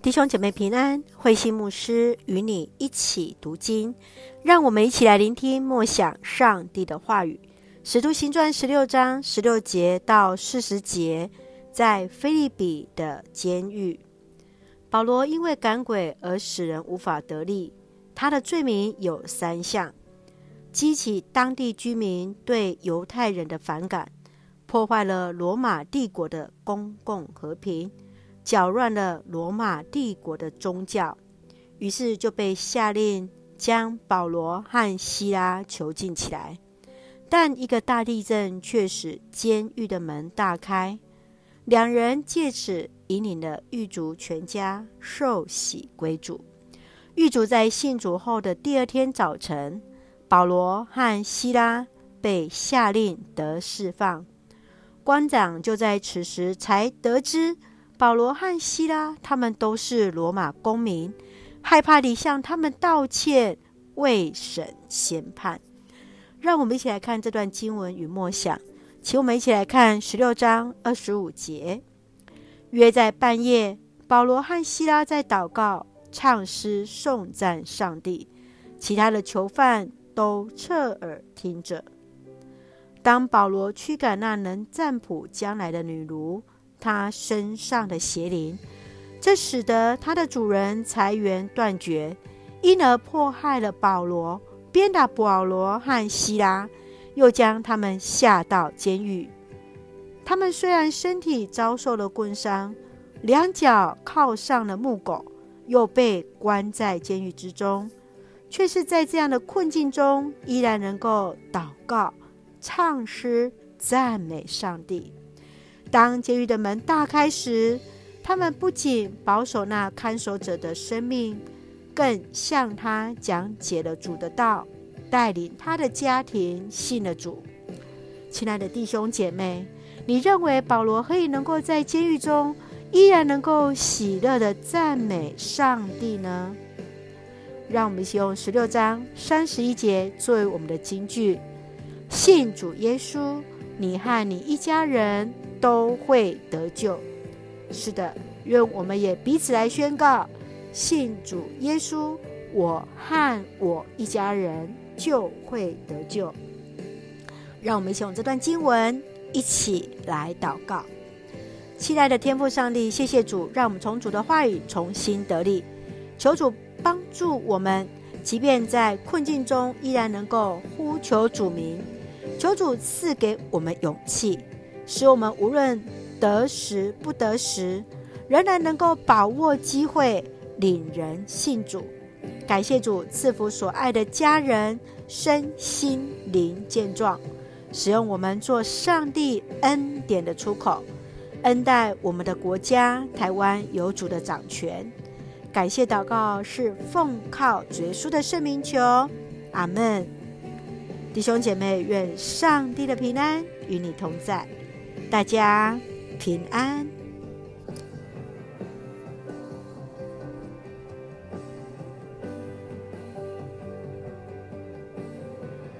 弟兄姐妹平安，慧馨牧师与你一起读经，让我们一起来聆听默想上帝的话语。使徒行传16章16节到40节，在腓立比的监狱，保罗因为赶鬼而使人无法得力，他的罪名有3项：激起当地居民对犹太人的反感，破坏了罗马帝国的公共和平，搅乱了罗马帝国的宗教，于是就被下令将保罗和西拉囚禁起来。但一个大地震却使监狱的门大开，两人借此引领了狱卒全家受洗归主。狱卒在信主后的第2天早晨，保罗和西拉被下令得释放。官长就在此时才得知保罗和西拉他们都是罗马公民，害怕地向他们道歉，未审先判。让我们一起来看这段经文与默想，请我们一起来看16章25节。约在半夜，保罗和西拉在祷告、唱诗、颂赞上帝，其他的囚犯都侧耳听着。当保罗驱赶那能占卜将来的女奴，他身上的邪灵，这使得他的主人财源断绝，因而迫害了保罗，鞭打保罗和西拉，又将他们下到监狱。他们虽然身体遭受了棍伤，两脚铐上了木狗，又被关在监狱之中，却是在这样的困境中，依然能够祷告、唱诗、赞美上帝。当监狱的门大开时，他们不仅保守那看守者的生命，更向他讲解了主的道，带领他的家庭信了主。亲爱的弟兄姐妹，你认为保罗可以能够在监狱中依然能够喜乐的赞美上帝呢？让我们一起用16章31节作为我们的金句：信主耶稣，你和你一家人都会得救。是的，愿我们也彼此来宣告：信主耶稣，我和我一家人就会得救。让我们一起用这段经文一起来祷告。亲爱的天父上帝，谢谢主，让我们从主的话语重新得力。求主帮助我们，即便在困境中依然能够呼求主名。求主赐给我们勇气，使我们无论得时不得时，仍然能够把握机会，领人信主。感谢主赐福所爱的家人身心灵健壮，使用我们做上帝恩典的出口，恩待我们的国家台湾有主的掌权。感谢祷告是奉靠主耶稣的圣名求，阿们。弟兄姐妹，愿上帝的平安与你同在，大家平安。